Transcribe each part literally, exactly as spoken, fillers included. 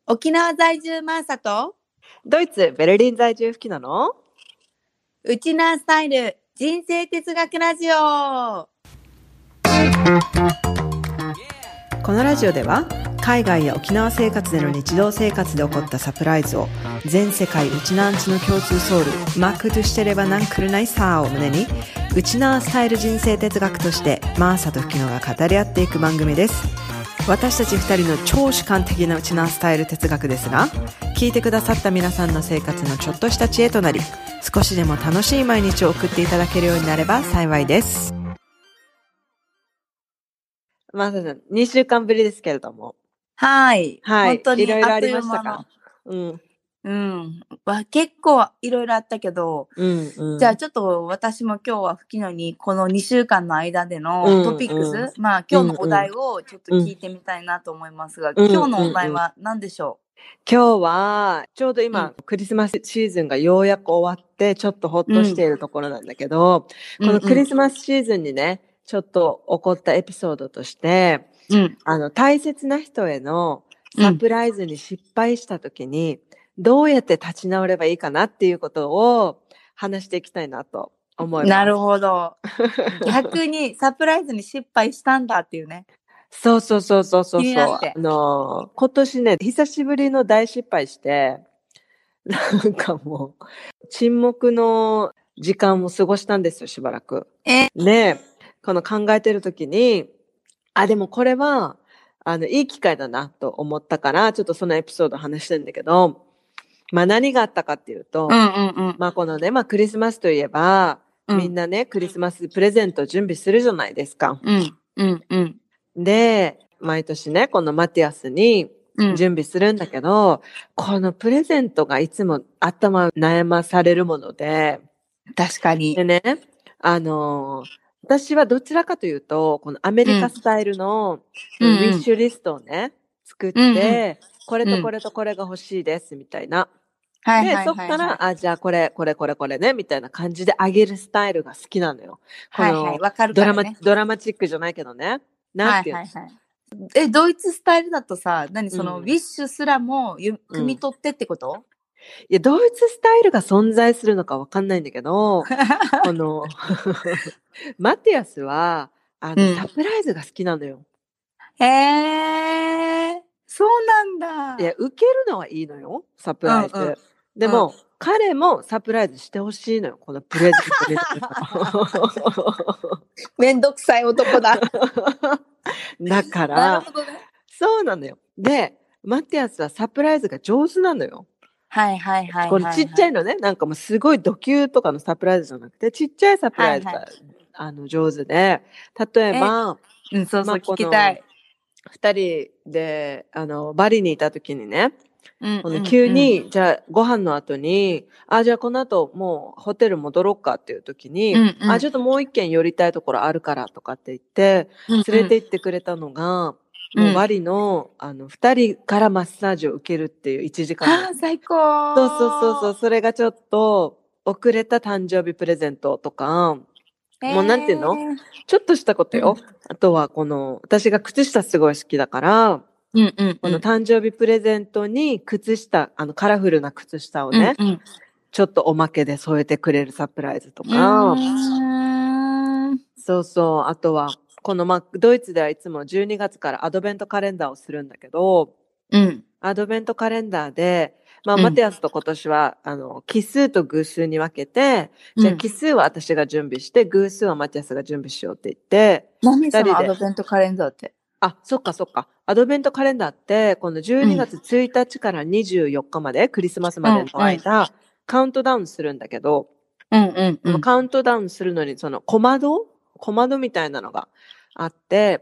沖縄在住マーサとドイツベルリン在住フキノのウチナースタイル人生哲学ラジオ。 このラジオでは海外や沖縄生活での日常生活で起こったサプライズを全世界ウチナーンチの共通ソウルマックとしてればなんくるないさーを胸にウチナースタイル人生哲学としてマーサとフキノが語り合っていく番組です。私たちふたりの超主観的なウチナースタイル哲学ですが、聞いてくださった皆さんの生活のちょっとした知恵となり、少しでも楽しい毎日を送っていただけるようになれば幸いです。まあ、にしゅうかんぶりですけれども、 はい、 はい、 本当にいろいろありまあっという間のしたか？うんうん、わ結構いろいろあったけど、 うんうん、 じゃあちょっと私も今日はフキノにこのにしゅうかんの間でのトピックス、うんうん、まあ今日のお題をちょっと聞いてみたいなと思いますが、うんうん、今日のお題は何でしょう？ 今日はちょうど今、うん、クリスマスシーズンがようやく終わってちょっとほっとしているところなんだけど、うん、このクリスマスシーズンにねちょっと起こったエピソードとして、うん、あの大切な人へのサプライズに失敗した時に、うん、どうやって立ち直ればいいかなっていうことを話していきたいなと思います。 なるほど。逆にサプライズに失敗したんだっていうね。 そうそうそうそうそうそう。あの今年ね久しぶりの大失敗して、なんかもう沈黙の時間を過ごしたんですよ、しばらく。 えね、この考えてる時に、あでもこれはあのいい機会だなと思ったから、ちょっとそのエピソードを話してるんだけど、まあ何があったかっていうと、 うんうんうん、 まあこのね、まあクリスマスといえば、うん、みんなねクリスマスプレゼント準備するじゃないですか。 うんうんうん。 で、毎年ねこのマティアスに準備するんだけど、うん、このプレゼントがいつも頭悩まされるもので、 確かに。 でね、あの私はどちらかというとこのアメリカスタイルのウィッシュリストをね、うん、作って、うんうん、これとこれとこれが欲しいですみたいな。 うん、 で、そっから、あ、じゃあこれ、これ、これ、これね、みたいな感じであげるスタイルが好きなのよ。 はいはい、わかるからね。ドラマ、ドラマチックじゃないけどね。なんていうの、 はいはいはい。え、ドイツスタイルだとさ、何その、うん、ウィッシュすらもゆ汲み取ってってこと？うん、 いや、ドイツスタイルが存在するのかわかんないんだけど、この、マティアスは、あの、うん、サプライズが好きなのよ。 へえー、そうなんだ。 いや、受けるのはいいのよ、サプライズ。うんうん、でも、うん、彼もサプライズしてほしいのよ、このプレゼント。めんどくさい男だ。 だから、ね、そうなのよ。で、マティアスはサプライズが上手なのよ。 はいはいはいはい、はい。 これちっちゃいのね、なんかもうすごいド級とかのサプライズじゃなくて、ちっちゃいサプライズが、はいはい、あの上手で、例えば、 え、うん、そうそう、まあ、聞きたい。 二人であのバリにいた時にね、うんうんうん、この急にじゃあご飯の後にあじゃあこの後もうホテル戻ろうかっていう時に、うんうん、あちょっともう一軒寄りたいところあるからとかって言って連れて行ってくれたのが、うんうん、もうバリのあの二人からマッサージを受けるっていういちじかん、 あ最高。 そうそうそうそう、それがちょっと遅れた誕生日プレゼントとか。もうなんていうの、えー、ちょっとしたことよ、うん、あとはこの私が靴下すごい好きだから、 うんうんうん、 この誕生日プレゼントに靴下あのカラフルな靴下をね、うんうん、ちょっとおまけで添えてくれるサプライズとか、そうそう、あとはこの、ま、ドイツではいつもじゅうにがつからアドベントカレンダーをするんだけど、 うん、 アドベントカレンダーでまあ、マティアスと今年は、うん、あの奇数と偶数に分けて、じゃあ奇数は私が準備して、うん、偶数はマティアスが準備しようって言って、 何そのアドベントカレンダーって？ あ、そっかそっか。アドベントカレンダーって、このじゅうにがつついたちからにじゅうよっかまで、うん、クリスマスまでの間、うんうん、カウントダウンするんだけど、 うんうんうん、 カウントダウンするのに、その小窓小窓みたいなのがあって、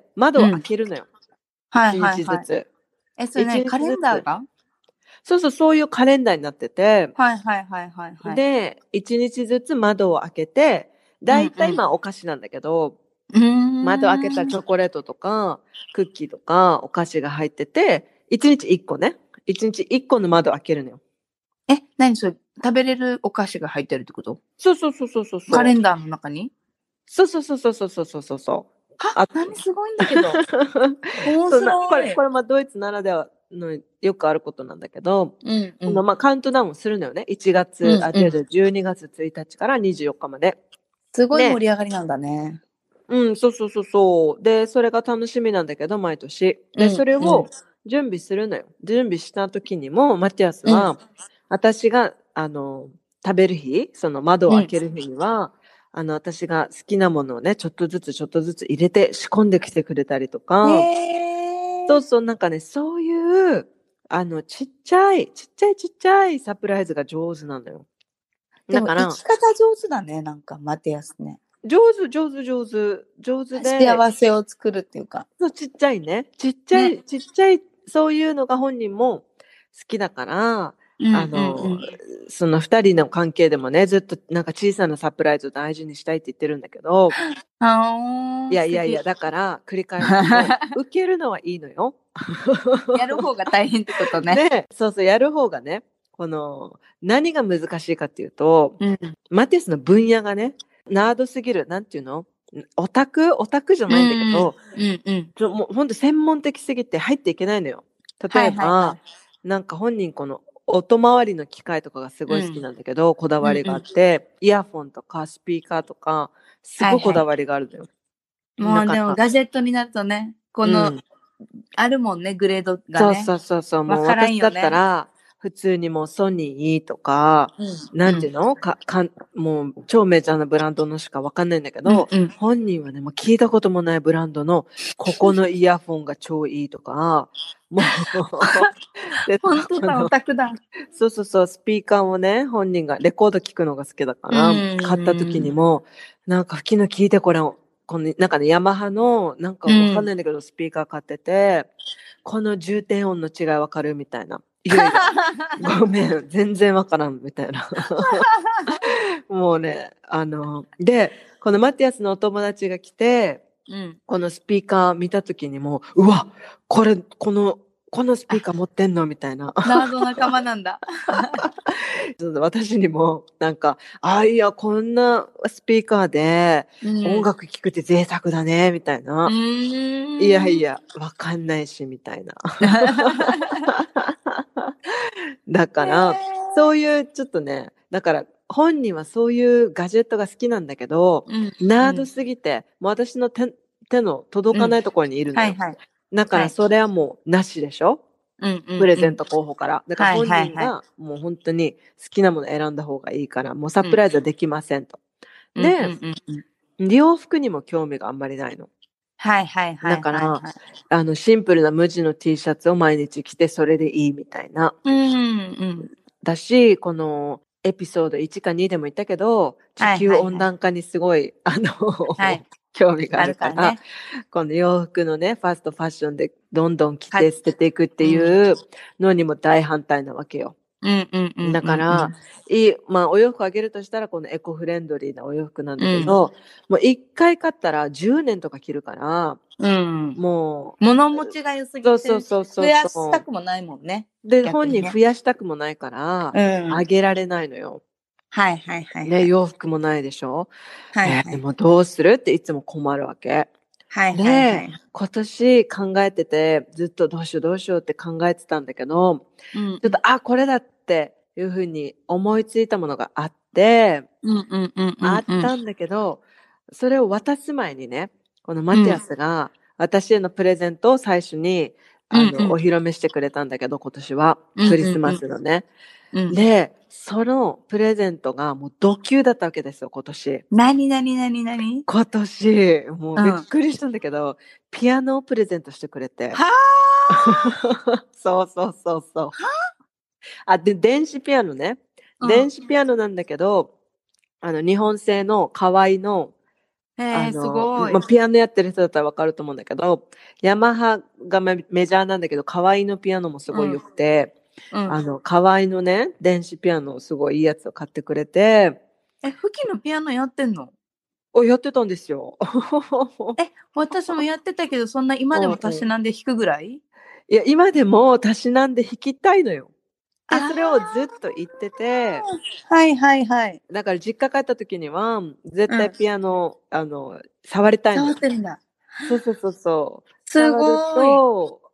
窓を開けるのよ。 うん、はいはいはい。 いちにちずつ。 え、それね、カレンダーが？ そうそう、そういうカレンダーになってて。 はいはいはいはい、はい。 で、いちにちずつ窓を開けて、だいたいまあお菓子なんだけど、 うんうん、 窓開けたらチョコレートとか、クッキーとか、お菓子が入ってて、いちにちいっこね。いちにちいっこの窓開けるのよ。 え、何それ、食べれるお菓子が入ってるってこと？ そうそうそうそうそう。 カレンダーの中に？ そうそうそうそうそうそうそうそう。 は、何すごいんだけど。面白い。 これ、これまあドイツならではのよくあることなんだけど、 うんうん。 このまあカウントダウンをするのよね。いちがつ、 うんうんあ、違う違う、じゅうにがつついたちからにじゅうよっかまで。 すごいね盛り上がりなんだね。 うん、そうそうそうそう。で、それが楽しみなんだけど、毎年。で、 うんうんそれを準備するのよ。準備した時にも、マティアスうんは、私が、あの、食べる日、その窓を開ける日には、あの、私が好きなものをね、ちょっとずつちょっとずつ入れて仕込んできてくれたりとか、 へー。 そうそう、なんかね、そういう、あの、ちっちゃい、ちっちゃいちっちゃいサプライズが上手なのよ。 でもだから、 生き方上手だね、なんかマティアスね。 上手、上手、上手、上手で、 幸せを作るっていうか。 そう、ちっちゃいね。ちっちゃい、 ねちっちゃい、そういうのが本人も好きだから、 うんあの、 うんうんその二人の関係でもね、ずっとなんか小さなサプライズを大事にしたいって言ってるんだけど、 あーいやいやいや、 素だから繰り返すと、受けるのはいいのよ。 敵やる方が大変ってことね。 ね、そうそう、やる方がね、この、何が難しいかっていうと、 うんマティスの分野がね、ナードすぎる、なんていうのオタクオタクじゃないんだけど、 うんうんちょもうほんと専門的すぎて入っていけないのよ。例えば、 はいはいはなんか本人この音回りの機械とかがすごい好きなんだけど、こだわりがあって、イヤフォンとかスピーカーとか、すごいこだわりがあるのよ。 もうだからでもガジェットになるとね、この、 うんあるもんね、グレードがね。 そうそうそうそう、もうわからん私だよねったら、普通にもうソニーとか、 うんなんていうの、かかんもう超メジャーなブランドのしかわかんないんだけど、 うんうん本人はね、もう聞いたこともないブランドの、ここのイヤフォンが超いいとか、もうで本当だ、 あのオタクだ。 そうそうそう、スピーカーをね、本人がレコード聞くのが好きだから、 うん買った時にも、なんか、昨日聞いてこれ、この、なんかね、ヤマハの、なんかわかんないんだけど、スピーカー買ってて、この重低音の違いわかるみたいな。いやいや、ごめん、全然わからん、みたいな。もうね、あの、で、このマティアスのお友達が来て、 うんこのスピーカー見た時にも、うわ、これ、この、このスピーカー持ってんのみたいな。 ナード仲間なんだ。 ちょっと私にも、なんか、ああ、いや、こんなスピーカーで音楽聴くって贅沢だね、みたいな。 うーんいやいや、わかんないし、みたいな。だから、そういう、ちょっとね、だから、本人はそういうガジェットが好きなんだけど、 うんナードすぎて、もう私の手手の届かないところにいるのよ。 はいはい。 だから、それはもうなしでしょ、 うんうんプレゼント候補から。だから本はいはい人がもう本当に好きなもの選んだ方がいいから、もうサプライズはできませんと。で、 うんうんうんうん洋服にも興味があんまりないの。 はいはいはいはいはい。 だからあの、シンプルな無地の T シャツを毎日着てそれでいいみたいな。 うんうんだし、このエピソードいちかにでも言ったけど、地球温暖化にすごい、あの、 はい興味があるから、 あるからねこの洋服のね、ファストファッションでどんどん着て捨てていくっていうのにも大反対なわけよ。 うんうんうん。 だから、いい、まあ、お洋服あげるとしたら、このエコフレンドリーなお洋服なんだけど、もう一回買ったらじゅうねんとか着るから、 うん。 も物持ちが良すぎて、 そうそうそうそう増やしたくもないもんね。 う、で、 逆にね本人増やしたくもないから、 うん。 あげられないのよ。 はいはいはい。 ね、洋服もないでしょ。 はいはいえーでもどうするっていつも困るわけ。 はいはいはでい。、 今年考えてて、ずっとどうしようどうしようって考えてたんだけど、 うんちょっと、あ、これだっていうふうに思いついたものがあって、 うんうんうんうん。 あったんだけど、それを渡す前にね、このマティアスが私へのプレゼントを最初に、あの、 うんうんお披露目してくれたんだけど、今年は。 うんうんうんクリスマスのね。 うん。 で、そのプレゼントがもうド級だったわけですよ、今年。 なになになになに今年、もううんびっくりしたんだけど、ピアノをプレゼントしてくれて。 はそうそうそうそう。あ、で、電子ピアノね。 うん電子ピアノなんだけど、あの、日本製の河合の、 ーえー、 あのすごいまあ、。ピアノやってる人だったらわかると思うんだけど、ヤマハがメメジャーなんだけど、河合のピアノもすごい良くて、 うん。 あの、河合のね、電子ピアノをすごいいいやつを買ってくれて、 え、フキのピアノやってんのお、やってたんですよ。 え、私もやってたけど、そんな今でもたしなんで弾くぐらいいや、今でもたしなんで弾きたいのよ。で、 あーそれをずっと言ってて、 はいはいはい。 だから実家帰った時には、絶対ピアノ、あの、触りたいのよ触っ。てるんだ。 そうそうそうそう。 すごい触ると、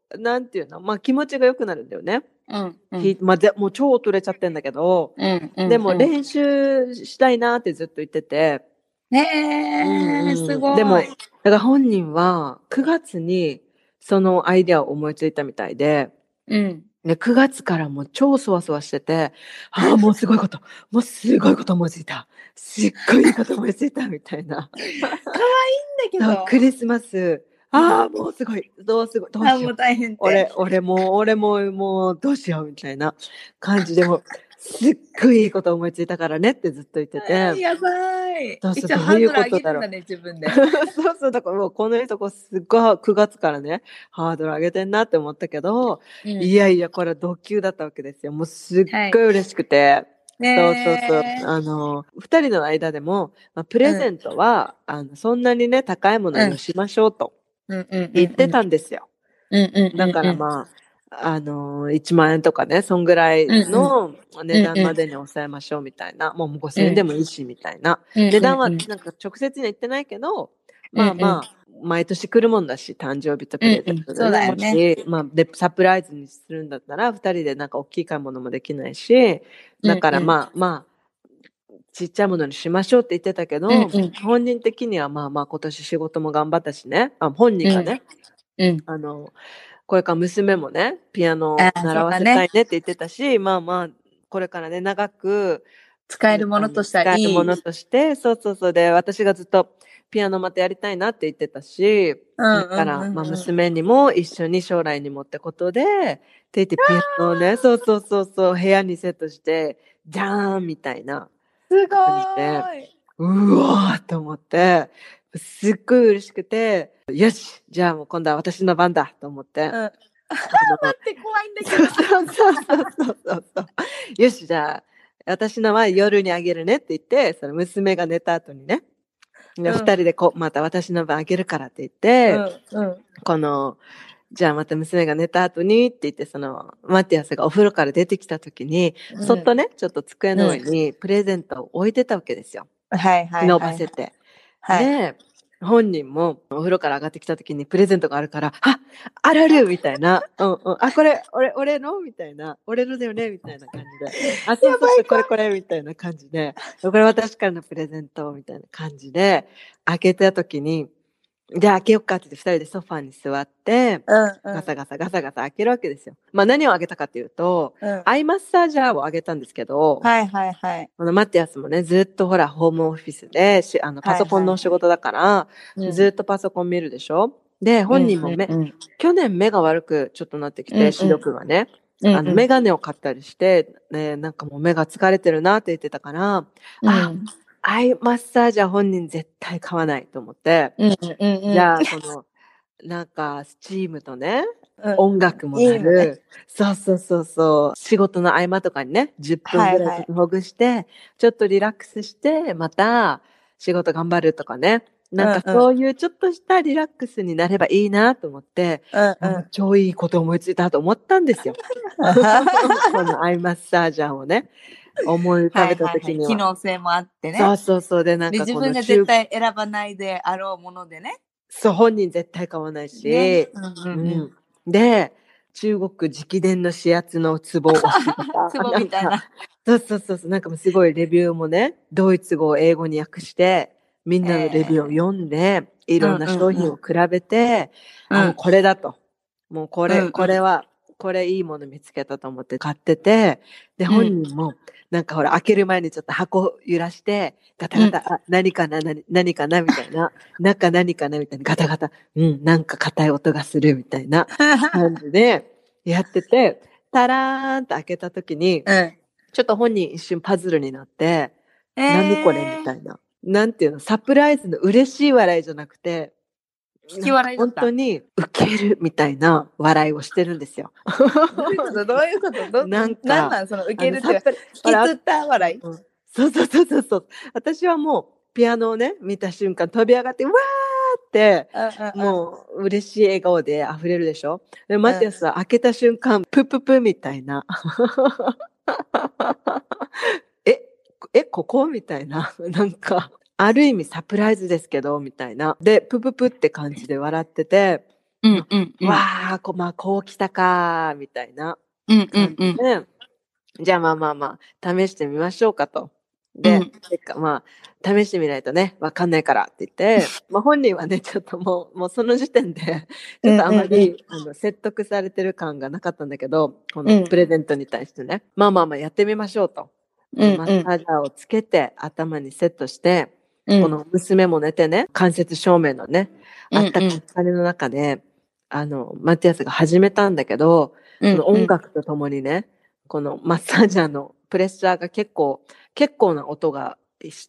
なんていうの、まあ気持ちが良くなるんだよね。 うんうんひまあ、でもう超取れちゃってんだけど、 うんうん、 でも練習したいなってずっと言ってて。 ねえ、うんうん、すごい。 でも、だから本人はくがつにそのアイデアを思いついたみたいで、うん、でくがつからもう超そわそわしてて、ああ、もうすごいこと、もうすごいこと思いついた。すっごいいいこと思いついたみたいな。 可愛いんだけど。 クリスマス。ああ、もうすごい。どうすごい。どうしよう。もう大変俺、俺も、俺も、もうどうしようみたいな感じでも、すっごいいいこと思いついたからねってずっと言ってて。 やばい。 そうそう、どういうことだろう。 ね、自分で。 そうそう、だからもうこの人こすっごいくがつからね、ハードル上げてんなって思ったけど、うん、いやいや、これはド級だったわけですよ。もうすっごい嬉しくて。はいそうそうそう。あの、二人の間でも、まあ、プレゼントは、うん、あの、そんなにね、高いものにしましょうと言ってたんですよ。だからまあ、あの、いちまんえんとかね、そんぐらいの値段までに抑えましょうみたいな。もうごせんえんでもいいし、みたいな。値段はなんか直接には言ってないけど、まあまあ、毎年来るもんだし、誕生日とプレゼントで、ね、もし、まあ、で、サプライズにするんだったら、二人でなんか大きい買い物もできないし、だからまあまあ、ちっちゃいものにしましょうって言ってたけど、うんうん、本人的にはまあまあ今年仕事も頑張ったしね、あ本人がね、うんうん、あの、これから娘もね、ピアノを習わせたいねって言ってたし、ね、まあまあ、これからね、長く、 使えるものとしてはいい。 使えるものとして、そうそうそうで、私がずっとピアノまたやりたいなって言ってたし、だから、まあ娘にも一緒に将来にもってことで、って言ってピアノをね、そうそうそうそう、部屋にセットして、じゃーんみたいな。 すごい。 うわーと思って、すっごい嬉しくて、よしじゃあもう今度は私の番だと思って。うん、 待って怖いんだけど。 そうそうそうそうそう。よしじゃあ、私のは夜にあげるねって言って、その娘が寝た後にね、二、うん、人でこう、また私の番あげるからって言って、うんうん、この、じゃあまた娘が寝た後にって言って、その、マティアスがお風呂から出てきた時に、うん、そっとね、ちょっと机の上にプレゼントを置いてたわけですよ。 はいはい、はい。 伸ばせて。はい、で、本人もお風呂から上がってきた時にプレゼントがあるから、あ、あるあるみたいな。うんうん。あ、これ、俺、俺のみたいな。俺のだよねみたいな感じで。あ、そうそうそう、これこれみたいな感じで。これ私からのプレゼントみたいな感じで、開けた時に、じゃあ開けよっかって言って二人でソファーに座って、うんうん、ガサガサガサガサ開けるわけですよ。まあ何をあげたかっていうと、うん、アイマッサージャーをあげたんですけど、 はいはいはい。 このマティアスもね、ずっとほら、ホームオフィスで、あのパソコンのお仕事だから、はいはい、ずっとパソコン見るでしょ、うん、で、本人も目、うんうん、去年目が悪くちょっとなってきて、視力がね、うんうん、あの、メガネを買ったりして、ね、なんかもう目が疲れてるなって言ってたから、うん、あ、アイマッサージャー本人絶対買わないと思って、うんうんうん、じゃあ、この、なんか、スチームとね、うん、音楽もなる。いいね、そうそうそうそう。仕事の合間とかにね、じゅっぷんぐらいほぐして、はいはい、ちょっとリラックスして、また仕事頑張るとかね。なんかそういうちょっとしたリラックスになればいいなと思って、うんうん、超いいこと思いついたと思ったんですよ。このアイマッサージャーをね。思い浮かべた時には、はいはいはい、 機能性もあってね。 そうそうそう。で、なんかこの自分が絶対選ばないであろうものでね。 そう、本人絶対買わないし。ね、うんうんうんうん、で、中国直伝の指圧のツボを押してた。 ツボみたいな。 そうそうそうそう。なんかもうすごいレビューもね、ドイツ語を英語に訳して、みんなのレビューを読んで、えー、いろんな商品を比べて、うんうんうん、あ、もうこれだと。もうこれ、うんうん、これは、これいいもの見つけたと思って買ってて、で、本人も、なんかほら、開ける前にちょっと箱揺らして、ガタガタ、うん、あ、何かな、何、何かな、みたいな。中何かな、みたいな。ガタガタ、うん、なんか硬い音がする、みたいな感じで、やってて、タラーンと開けた時に、うん、ちょっと本人一瞬パズルになって、えー、何これみたいな。なんていうの、サプライズの嬉しい笑いじゃなくて、 引き笑いだった。 本当に受けるみたいな笑いをしてるんですよ。 どういうことどういうことどなんかなんなんその受けるって引きつった笑い、うん、 そうそうそうそうそう。私はもうピアノをね見た瞬間飛び上がってわーって、うん、もう嬉しい笑顔で溢れるでしょ。でマティアスは開けた瞬間プププみたいな。ええここみたいななんか。ある意味サプライズですけど、みたいな。で、プププって感じで笑ってて、 うんうんうん。 わあ、こまあ、こう来たか、みたいなうんうん感うん。 じで、じゃあまあまあまあ、試してみましょうかと。 うで、 ん。 てかまあ、試してみないとね、わかんないからって言って、まあ本人はね、ちょっともう、もうその時点で、ちょっとあまうんうんうん。 り、あの、説得されてる感がなかったんだけど、このうんプレゼントに対してね、まあまあまあやってみましょうと。で、マッうんうん。 サージャーをつけて、頭にセットして、 うんこの娘も寝てね、間接照明のね、あったかいうんうん。 光の中で、あの、マティアスが始めたんだけど、このうんうん。 音楽とともにね、このマッサージャーのプレッシャーが結構、結構な音がして、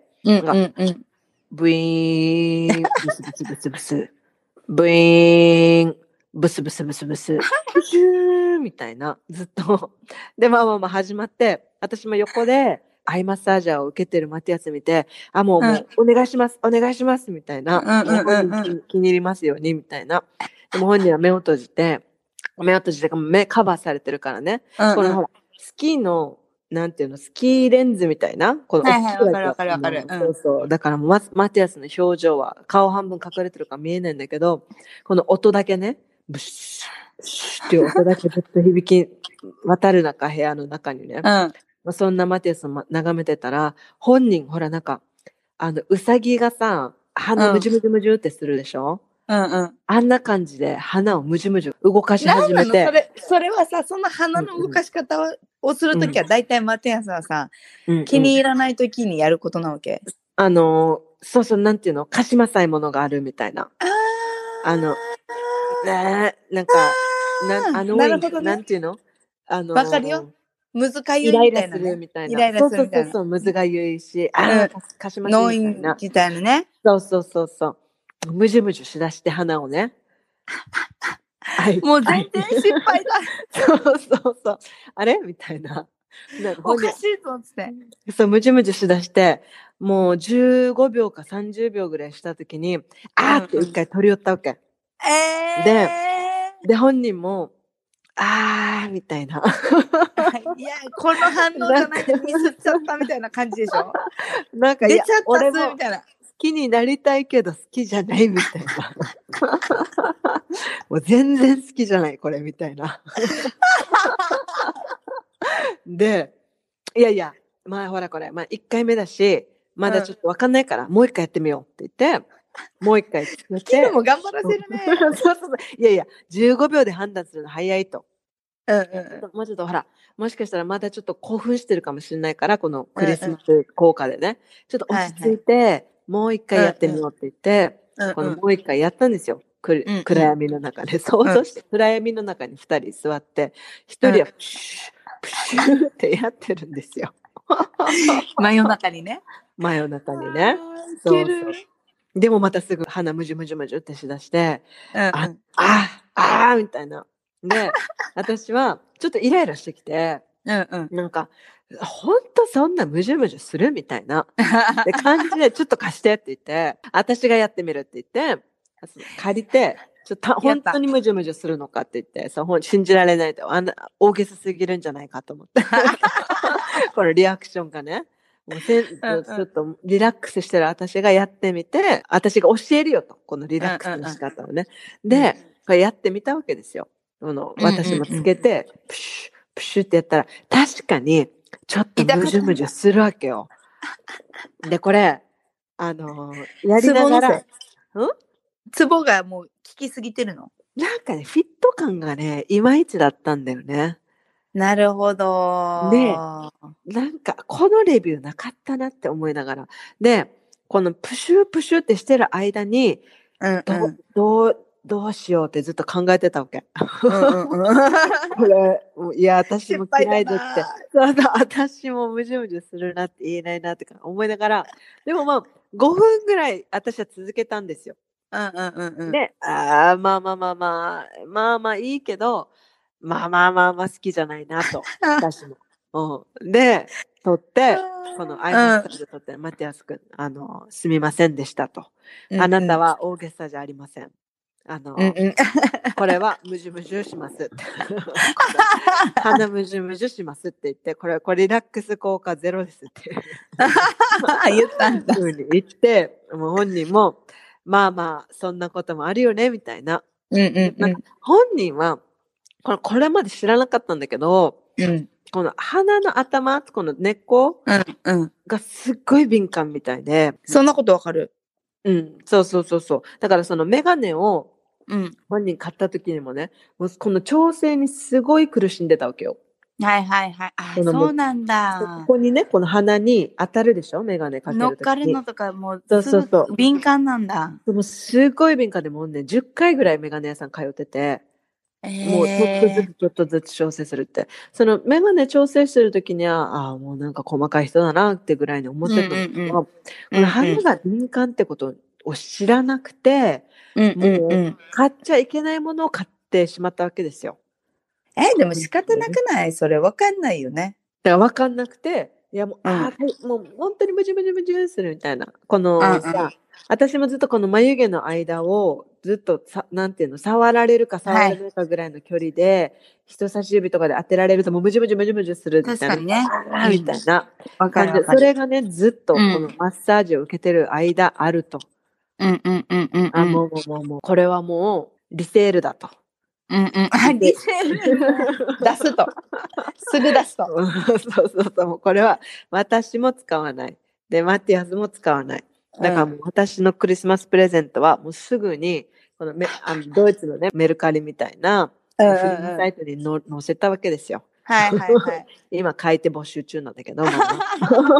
うんなんか、 うんうん。 ブイーン、ブスブスブスブス、ブイーン、ブスブスブスブス、プシューみたいな、ずっと。で、まあまあまあ始まって、私も横で、アイマッサージャーを受けてるマティアス見て、あ、もうもう、お願いします、お願いします、みたいな。 うんもう本うんうんうん。 人気に入りますように、みたいな。でも本人は目を閉じて、目を閉じて、目カバーされてるからね。 うんうん。 このほら、スキーの、なんていうの、スキーレンズみたいな、このはいはい、 大きいわかるわやつあかるわかる。 の、 うん。 そうそう。だからマ、マティアスの表情は顔半分隠れてるから見えないんだけど、この音だけね、ブシュッ、ブシュッっていう音だけずっと響き渡る中、部屋の中にね。 うん。 まあ、そんなマティアスを眺めてたら、本人、ほらなんか、あの、うさぎがさ、鼻うん。 むじゅむじゅむじゅってするでしょ、 うんうん。 あんな感じで鼻をむじゅむじゅ動かしなん始めて。 なのそれ、それはさ、その鼻の動うんうんかし方ををするときは、だいたいマテアスはさ、 うんうん、 気に入らないときにやることなわけ。 あの、そうそう、なんていうの、かしまさいものがあるみたいな。 ああの、ねえ、なんか、なん、 あ、 あの、 なるほどね。 なんていうの、あの、 わかるよ。むずかゆいイライラすみたいなね。 るみたいな。 イライラそうするみたいな。 そうそうそう、むずがゆいし、 うああ、 ん。 かかしましいノイみたいな。 ンみたいなね。 そうそうそうそう。むじゅむじゅしだして鼻をね。はい。 もう全然失敗だ。 そうそうそう。あれみたいな。なんかおかしいぞっつって。 そう、むじゅむじゅしだして、もうじゅうごびょうかさんじゅうびょうぐらいしたときに、あーって一回取り寄ったわけ。 えー、 で、で、本人も、あーみたいな。 いや、この反応じゃないとミスっちゃったみたいな感じでしょ。 なんか、 出ちゃった俺もっすみたいな。 好きになりたいけど好きじゃないみたいな。もう全然好きじゃない、これ、みたいな。で、いやいや、まあほらこれ、まあ一回目だし、まだちょっとわかんないから、うん、もう一回やってみようって言って、もう一回作って。 昨日も頑張らせるね。 そうそうそう。いやいや、じゅうごびょうで判断するの早いと。 うんうん、 もうちょっとほら、もしかしたらまだちょっと興奮してるかもしれないから、このクリスマス効果でね、うんうん、ちょっと落ち着いて、はいはい、もう一回やってみようって言って、うんうん、このもう一回やったんですよ。くうんうん、暗闇の中で。想像して、うん、暗闇の中に二人座って、一人はプシュー、プシューってやってるんですよ。 真夜中にね。 真夜中にね。そうそう。でもまたすぐ鼻むじゅむじゅむじゅってしだして、うんうん、あ、あ、あーみたいな。で、私はちょっとイライラしてきて、うんうん、なんか、ほんとそんなむじゅむじゅするみたいな。で感じで、ちょっと貸してって言って、私がやってみるって言って、借りて、ちょっと本当にむじゅむじゅするのかって言って、そう信じられないと、あんな大げさすぎるんじゃないかと思って。このリアクションがね。もうせんちょっとリラックスしてる私がやってみて、私が教えるよと、このリラックスの仕方をね。で、これやってみたわけですよ。この私もつけて、プシュッ、プシュッってやったら、確かに、ちょっとむじゅむじゅするわけよ。で、これ、あのー、やりながら、 うんツボがもう効きすぎてるの？ なんかね、フィット感がね、いまいちだったんだよね。 なるほど。 で、なんか、このレビューなかったなって思いながら。で、このプシュープシューってしてる間に、うんうん、ど, どう、どうしようってずっと考えてたわけ。うんうんうん、これ、いや、私も嫌いだって。そうそう、私もムジュムジュするなって言えないなって思いながら、でもまあ、ごふんぐらい私は続けたんですよ。うんうんうんうん、で、あまあまあまあまあ、まあまあいいけど、まあまあまあまあ好きじゃないなと、私も。うん、で、撮って、このアイマスターで撮って、うん、マティアス君、あの、すみませんでしたと。うんうん、あなたは大げさじゃありません。あの、うんうん、これはムジュムジュしますって。鼻ムジュムジュしますって言って、これ、これリラックス効果ゼロですって。 言ったんだ。 ふうに言って、もう本人も、まあまあ、そんなこともあるよね、みたいな。 うんうんなんか本人はこれ、これまで知らなかったんだけど、 うん。 この鼻の頭、この根っこうんうん。 がすっごい敏感みたいで。 そんなことわかる。 うん、そうそうそうそう。だからそのメガネをうん。 本人買った時にもね、もうこの調整にすごい苦しんでたわけよ。 はいはいはい。あ、 このそうなんこだ。 こにね、この鼻に当たるでしょ、メガネかけ乗っる時に。 かるのとかもうそうすぐそうそう。 敏感なんだ。 でもすごい敏感でもうね、じゅっかいぐらいメガネ屋さん通ってて、もうちょっとずえつちょっとずつ調整するって。そのメガネ調整してる時には、ああ、もうなんか細かい人だなってぐらいに思ってたんだけど、 うんうんうんこの鼻が敏感ってことを知らなくて、 うんうんもう。 うん買っちゃいけないものを買ってしまったわけですよ。 え、でも仕方なくないそれわかんないよね。 だから分かんなくて、いやもう、 うんああ、もう本当にムジムジムジするみたいな。こうんうんのさ、私もずっとこの眉毛の間をずっとさ、なんていうの、触られるか触られないかぐらいの距離で、人差し指とかで当てられるともうムジムジムジムジするみたいな。 確かにねあーみたいなわか感じで、 るわかる。 それがね、ずっとこうんのマッサージを受けてる間あると。 うんうんうんうんあ、 うん。 もうもうもうもう、これはもうリセールだと。 うんうん。あ、リセール出すと。すぐ出すと。 うんそうそうそう。もうこれは私も使わない。で、マティアスも使わない。だからもう私のクリスマスプレゼントはもうすぐに、このメあのドイツのね、メルカリみたいなフうんうんうんリーサイトにの載せたわけですよ。 はいはいはい。 今書いて募集中なんだけど、まだね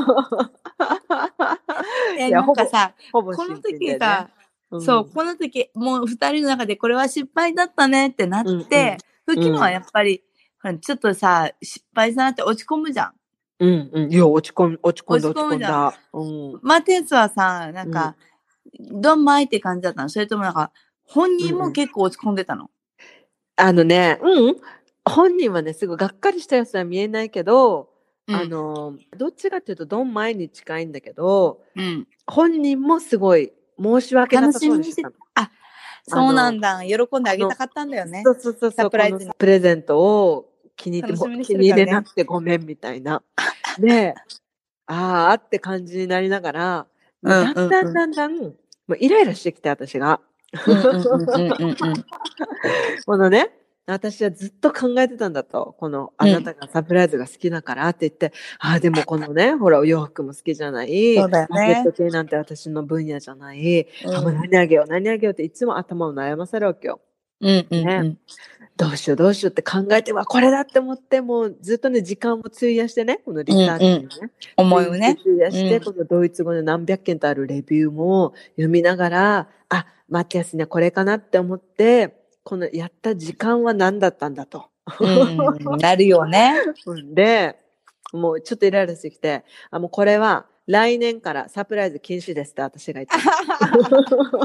え、 いやなんかさ、 ほぼこの新品でね。 時さ、 うんそう、この時、もう二人の中でこれは失敗だったねってなって、 うんうんフキノはやっぱり、ほらちょっとさ、失敗したなって落ち込むじゃん。 うんうん。いや、落ち込ん、落ち込んだ、 落ち込むじゃん落ち込んだ。うん。 マテスはさ、なんか、どんまいって感じだったのそれともなんか、本人も結構落ち込んでたの、 あのね、うん。本人はね、すぐがっかりしたやつは見えないけど、 うんあの、どっちかっていうと、ドン前に近いんだけど、 うん。 本人もすごい申し訳な楽さしみにしててそうにしたの。、 あ、そうなんだ。喜んであげたかったんだよね。 そうそうそうそう、 サプライズにこのプレゼントを気に入っても、 楽しみにし気にてるからね入れなくてごめんみたいな。で、あーって感じになりながら、もうだんだんだんだん、もうイライラしてきて、私が。 うんうんうんうんうんうん。 このね、私はずっと考えてたんだと。この、あなたがサプライズが好きだからって言って、ああ、でもこのね、ほら、お洋服も好きじゃない。 そうだよねマーケット系なんて私の分野じゃない。 うんあ、もう何あげよう、何あげようっていつも頭を悩ませるわけよ。 うんうんうん。 ねどうしようどうしようって考えて、わ、これだって思って、もうずっとね、時間を費やしてね、このリサーチにね。 思いをね。 費やして、 うんこのドイツ語で何百件とあるレビューも読みながら、あ、マティアスにはこれかなって思って、このやった時間は何だったんだと。 うん、なるよね。 で、もうちょっとイライラしてきて、あ、もうこれは来年からサプライズ禁止ですって私が言った。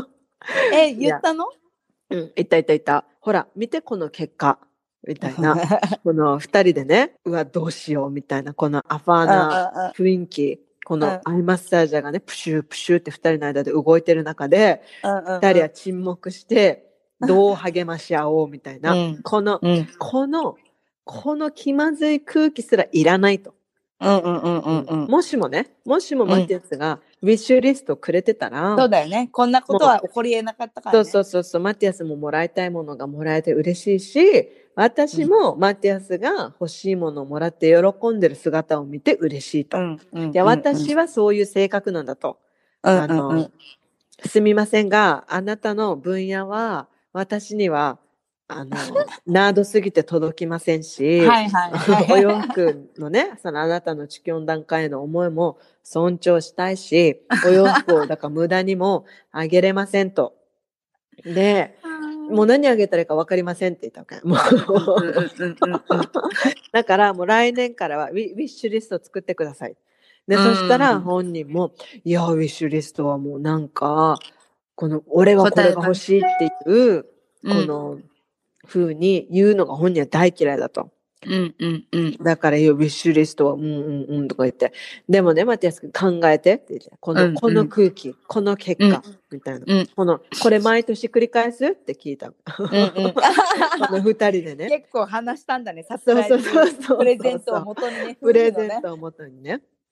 え、言ったのうん、いたいたいた。ほら、見てこの結果。みたいな。この二人でね、うわ、どうしようみたいな、このアファーな雰囲気。このアイマッサージャーがね、プシュープシューって二人の間で動いてる中で、二人は沈黙して、どう励まし合おうみたいな。うん、この、うん、この、この気まずい空気すらいらないと。 うんうんうんうんうん、 もしもね、もしもマティアスがウィッシュリストをくれてたら、 うん、そうだよね。こんなことは起こり得なかったからね。 そうそうそう、マティアスももらいたいものがもらえて嬉しいし、私もマティアスが欲しいものをもらって喜んでる姿を見て嬉しいと。うんうんうん、で私はそういう性格なんだと。うんうんうん、あのすみませんが、あなたの分野は私にはあの、ナードすぎて届きませんし、はいはいはい、お洋服のね、そのあなたの地球温暖化への思いも尊重したいし、お洋服をだから無駄にもあげれませんと。で、もう何あげたらいいか分かりませんって言ったわけ。もうだからもう来年からはウィ、ウィッシュリストを作ってください。で、そしたら本人も、いや、ウィッシュリストはもうなんか、この、俺はこれが欲しいっていう、この、うん風に言うのが本人は大嫌いだと。うんうんうん。だから、ウィッシュリストは、うんうんうんとか言って。でもね、マティアス君考えてって言って。この、うんうん、この空気、この結果、うん、みたいな。うん、この、これ毎年繰り返すって聞いた。うんうん、この二人でね。 結構話したんだね、さすがに。プレゼントを元にね。 プレゼントを元にね。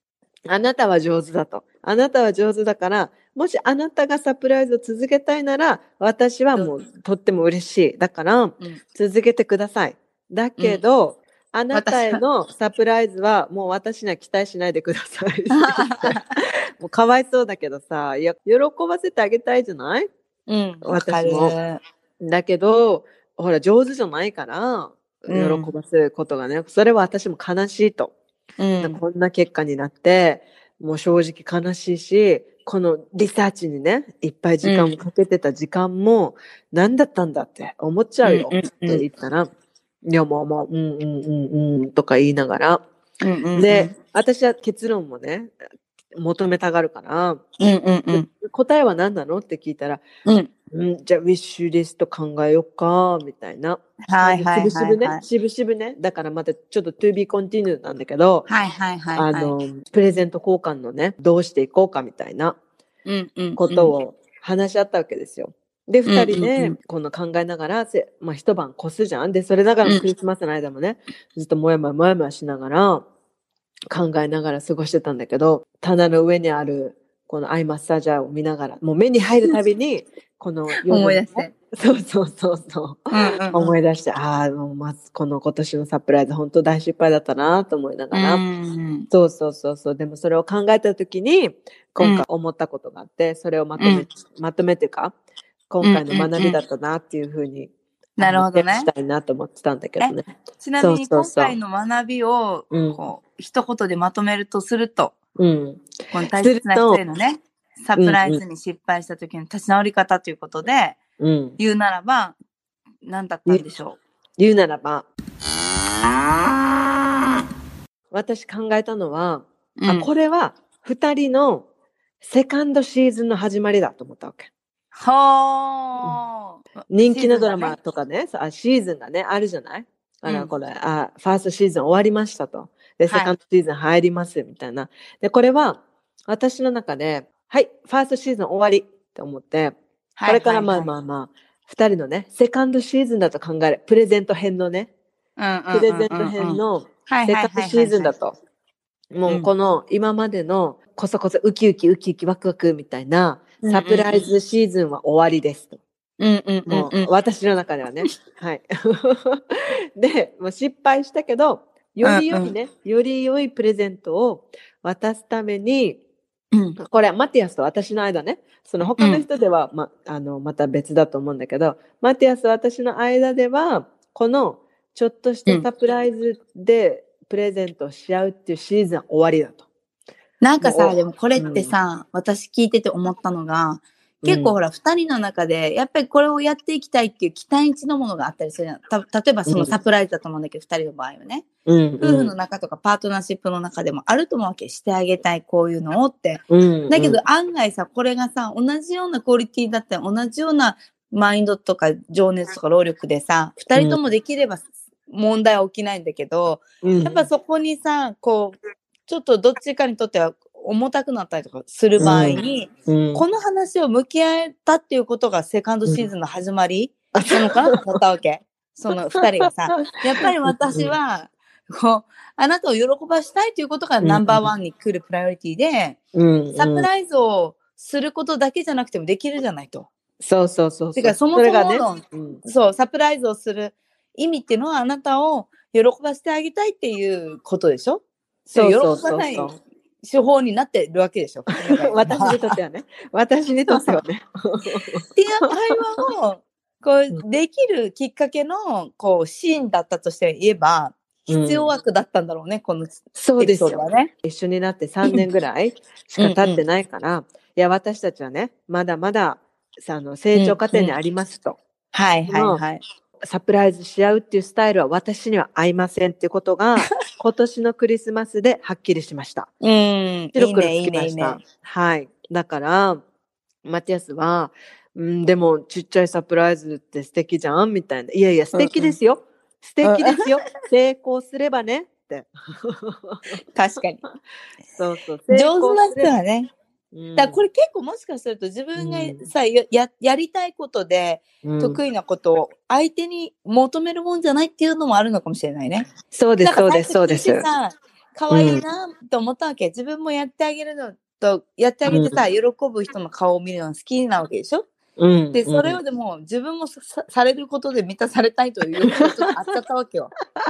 あなたは上手だと。あなたは上手だから、もしあなたがサプライズを続けたいなら、私はもうとっても嬉しい。だから、続けてください。だけど、うん、あなたへのサプライズはもう私には期待しないでください。もうかわいそうだけどさ、いや、喜ばせてあげたいじゃない？ うん、 私も。だけど、ほら、上手じゃないから、喜ばせることがね、うん、それは私も悲しいと。うん、こんな結果になって、もう正直悲しいし、このリサーチにね、いっぱい時間をかけてた時間も何だったんだって思っちゃうよって言ったら、いやもうもう、うんうんうんうんとか言いながら、うんうんうん、で、私は結論もね、求めたがるから、うんうんうん、答えは何なのって聞いたら、うんうん、じゃあウィッシュリスト考えようかみたいな。 はいはいはい、はい、 しぶしぶね、しぶしぶね。だからまたちょっと to be continued なんだけど、 はいはいはい、はい、 あのプレゼント交換のね、どうしていこうかみたいなことを話し合ったわけですよ。で、二人でこの考えながら、まあ一晩越すじゃん。で、それだからクリスマスの間もね、ずっともやもやもやもやしながら考えながら過ごしてたんだけど、棚の上にあるこのアイマッサージャーを見ながら、もう目に入るたびにこの夜、 思い出して。 そうそうそうそう、うんうんうん、思い出して、ああ、もうまずこの今年のサプライズ本当大失敗だったなと思いながら、うん、そうそうそうそう、でもそれを考えた時に今回思ったことがあって、それをまとめ、うん、まとめてか今回の学びだったなっていうふうに、 なるほどね。 したいなと思ってたんだけどね。 ちなみに今回の学びをこう、うん、一言でまとめるとすると、うん、この大切な人へのね、サプライズに失敗した時の立ち直り方ということで、うん、言うならば何だったんでしょう？ 言うならば、私考えたのは、うん、あ、これは二人のセカンドシーズンの始まりだと思ったわけ。 はー、 うん、人気のドラマとかね、あシーズンがね、あるじゃない？あら、これ、うん、あ、ファーストシーズン終わりましたと。で、セカンドシーズン入りますみたいな。はい、で、これは私の中で、はい、ファーストシーズン終わりって思って、これからまあまあまあ、二人のね、セカンドシーズンだと考える。プレゼント編のね、プレゼント編のセカンドシーズンだと。もうこの今までのこそこそウキウキウキウキワクワクみたいなサプライズシーズンは終わりですと。うんうんうんうん、もう私の中ではね。はい。で、もう失敗したけど、より良いね、うんうん、より良いプレゼントを渡すために、うん、これはマティアスと私の間ね、その他の人では、うん、ま、あの、また別だと思うんだけど、マティアスと私の間では、このちょっとしたサプライズでプレゼントし合うっていうシーズンは終わりだと。 なんかさ、でもこれってさ、うん、私聞いてて思ったのが、結構ほら、二人の中で、やっぱりこれをやっていきたいっていう期待値のものがあったりするじゃん。た、例えばそのサプライズだと思うんだけど、二、うん、人の場合はね、うんうん。夫婦の中とかパートナーシップの中でもあると思うわけ。してあげたい、こういうのをって。うんうん、だけど案外さ、これがさ、同じようなクオリティだったり、同じようなマインドとか情熱とか労力でさ、二人ともできれば問題は起きないんだけど、うん、やっぱそこにさ、こう、ちょっとどっちかにとっては、重たくなったりとかする場合に、うんうん、この話を向き合えたっていうことがセカンドシーズンの始まりなのかなと思ったわけ。その二人がさ、やっぱり私は、こう、あなたを喜ばしたいということがナンバーワンに来るプライオリティで、うんうん、サプライズをすることだけじゃなくてもできるじゃないと。 そうそうそうそう。 てかそもそもの、ねうん、そう、サプライズをする意味っていうのはあなたを喜ばせてあげたいっていうことでしょ？そうそうそうそう。喜ばない手法になってるわけでしょ。 私にとってはね。私にとってはね。 っていう会話をこうできるきっかけのこうシーンだったとして言えば必要枠だったんだろうね、うん、このエピソードはね。 一緒になってさんねんぐらいしか経ってないから、うんうん、いや私たちはねまだまだあの成長過程にありますと。うんうん、 はいはいはい。 サプライズし合うっていうスタイルは私には合いませんっていうことが今年のクリスマスではっきりしました。 うん。 白黒つきました。いいねいいねいいね。はい。だから、マティアスは、うん、でもちっちゃいサプライズって素敵じゃんみたいな。いやいや、素敵ですよ。うんうん、素敵ですよ。成功すればねって。 確かに。 そうそう。 上手な人はね。だからこれ結構もしかすると自分がさ、うん、や, やりたいことで得意なことを相手に求めるもんじゃないっていうのもあるのかもしれないね。 そうですそうですそうです。 可愛いなと思ったわけ。自分もやってあげるのと、やってあげてさ、うん、喜ぶ人の顔を見るのが好きなわけでしょ、うん、で、それをでも自分も さ, されることで満たされたいということがあっちゃったわけよ。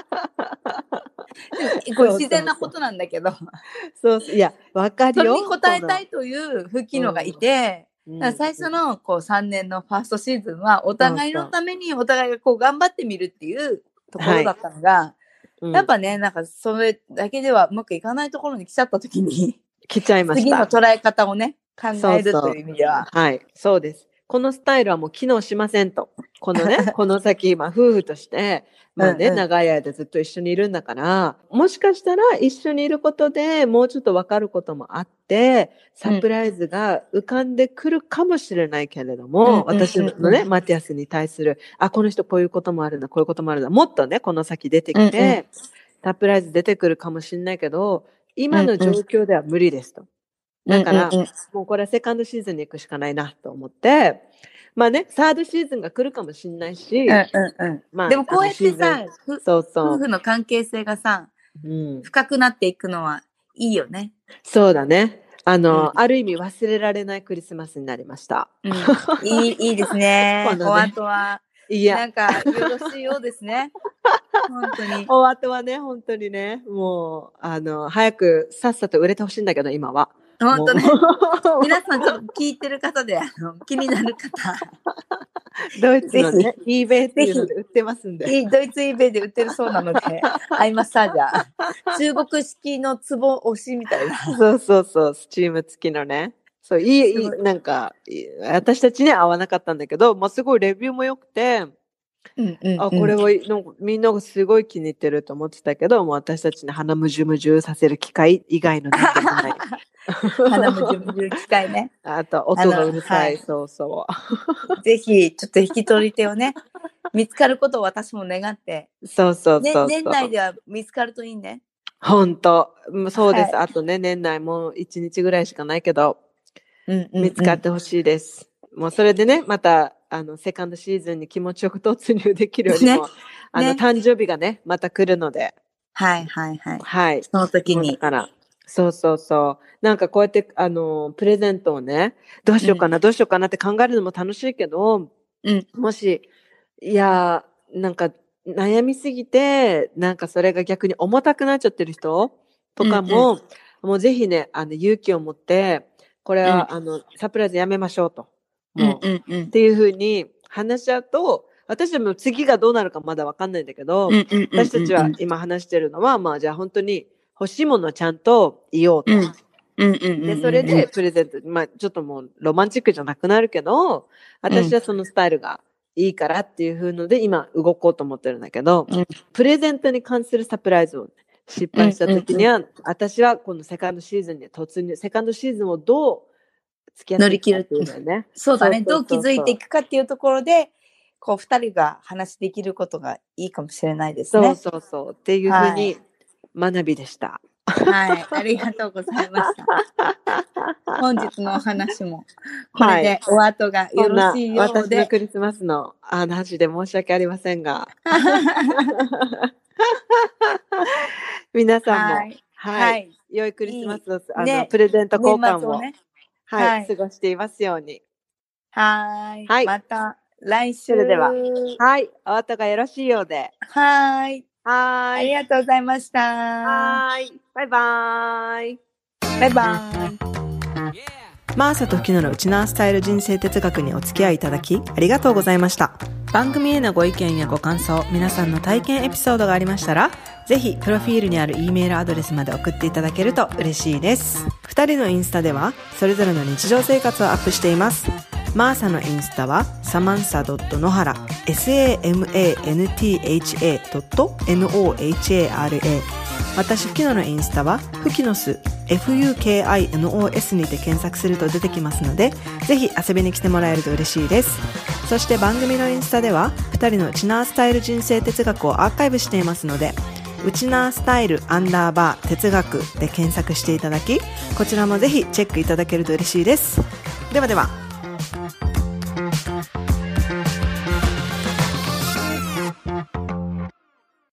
これ自然なことなんだけど。 そうそう、いや、わかるよ。 それに応えたいという不機能がいて、うん、だから最初のこうさんねんのファーストシーズンはお互いのためにお互いがこう頑張ってみるっていうところだったのが、はいうん、やっぱね、なんかそれだけではうまくいかないところに来ちゃった時に、 来ちゃいました。 次の捉え方をね、考えるという意味では。 そうそうはい、そうです。このスタイルはもう機能しませんと。このね、この先、まあ夫婦として、まあね、うんうん、長い間ずっと一緒にいるんだから、もしかしたら一緒にいることでもうちょっと分かることもあって、サプライズが浮かんでくるかもしれないけれども、うん、私のね、マティアスに対する、あ、この人こういうこともあるんだ、こういうこともあるんだ、もっとね、この先出てきて、うんうん、サプライズ出てくるかもしれないけど、今の状況では無理ですと。だから、うんうんうん、もうこれはセカンドシーズンに行くしかないなと思って、まあね、サードシーズンが来るかもしれないし、 うんうんうんまあ、でもこうやってさ、そうそう夫婦の関係性がさ、うん、深くなっていくのはいいよね。 そうだね。あの、うん、ある意味忘れられないクリスマスになりました。 うん、いい、いいですね。ねお後は、いやなんかよろしいようですね。本当に。 お後はね、本当にね、もう、あの、早くさっさと売れてほしいんだけど、今は。 本当ね。皆さんちょっと聞いてる方で、あの気になる方。 ドイツのね、eBay っていうので売ってますんで。 ドイツ eBay で売ってるそうなので、アイマッサージャー。中国式のツボ押しみたいな。 そうそうそう、スチーム付きのね。そう、いい、いい、なんか、私たちには合わなかったんだけど、もうすごいレビューも良くて、うんうんうん、あ、これはなんかみんながすごい気に入ってると思ってたけど、もう私たちに鼻むじゅむじゅさせる機械以外の何でもない。 鼻むじゅむじゅ機械ね。 あと音がうるさい、はい、そうそう。 ぜひちょっと引き取り手をね、見つかることを私も願って。 そうそうそうそう、 ね。年内では見つかるといいね。 本当、そうです。はい、あとね、年内もう一日ぐらいしかないけど、うんうんうん、見つかってほしいです。もうそれでね、また。あのセカンドシーズンに気持ちよく突入できるよりも、ね、あの、ね、誕生日がねまた来るので、 はいはいはい、 はい、 その時にだからそうそうそうなんかこうやってあのプレゼントをねどうしようかな、うん、どうしようかなって考えるのも楽しいけど、うん、もしいやなんか悩みすぎてなんかそれが逆に重たくなっちゃってる人とかも、うんうん、もうぜひねあの勇気を持ってこれは、うん、あのサプライズやめましょうと。もう、うんうんうん、っていう風に話し合うと、私たちも次がどうなるかまだわかんないんだけど、うんうんうんうん、私たちは今話してるのは、まあじゃあ本当に欲しいものをちゃんと言おうと。うんうんうんうん、で、それでプレゼント、まあちょっともうロマンチックじゃなくなるけど、私はそのスタイルがいいからっていう風ので今動こうと思ってるんだけど、うん、プレゼントに関するサプライズを失敗した時には、うんうんうん、私はこのセカンドシーズンに突入、セカンドシーズンをどう付き合っていくかっていうのね。 そうだね。どう気づいていくかっていうところで、こう二人が話できることがいいかもしれないですね。 そうそうそう。っていうふうに学びでした。 はい。ありがとうございました。本日のお話も、これでお後がよろしいようで。 私のクリスマスの話で申し訳ありませんが。皆さんも、はい。はい、良いクリスマスを、あの、ね、プレゼント交換を。はい、はい、過ごしていますように。 はい。はい。また来週。 それでは、はい。お後がよろしいようで。 はい。 はい。 ありがとうございました。 はい。バイバーイ。 バイバーイ。 マーサとフキノのウチナースタイル人生哲学にお付き合いいただきありがとうございました。番組へのご意見やご感想、皆さんの体験エピソードがありましたら、ぜひプロフィールにある E メールアドレスまで送っていただけると嬉しいです。二人のインスタではそれぞれの日常生活をアップしています。マーサのインスタはサマンサ .nohara samantha.nohara。 私フキノのインスタはフキノス フキノス にて検索すると出てきますので、ぜひ遊びに来てもらえると嬉しいです。そして番組のインスタではふたりのウチナースタイル人生哲学をアーカイブしていますので、ウチナースタイルアンダーバー哲学で検索していただき、こちらもぜひチェックいただけると嬉しいです。ではでは。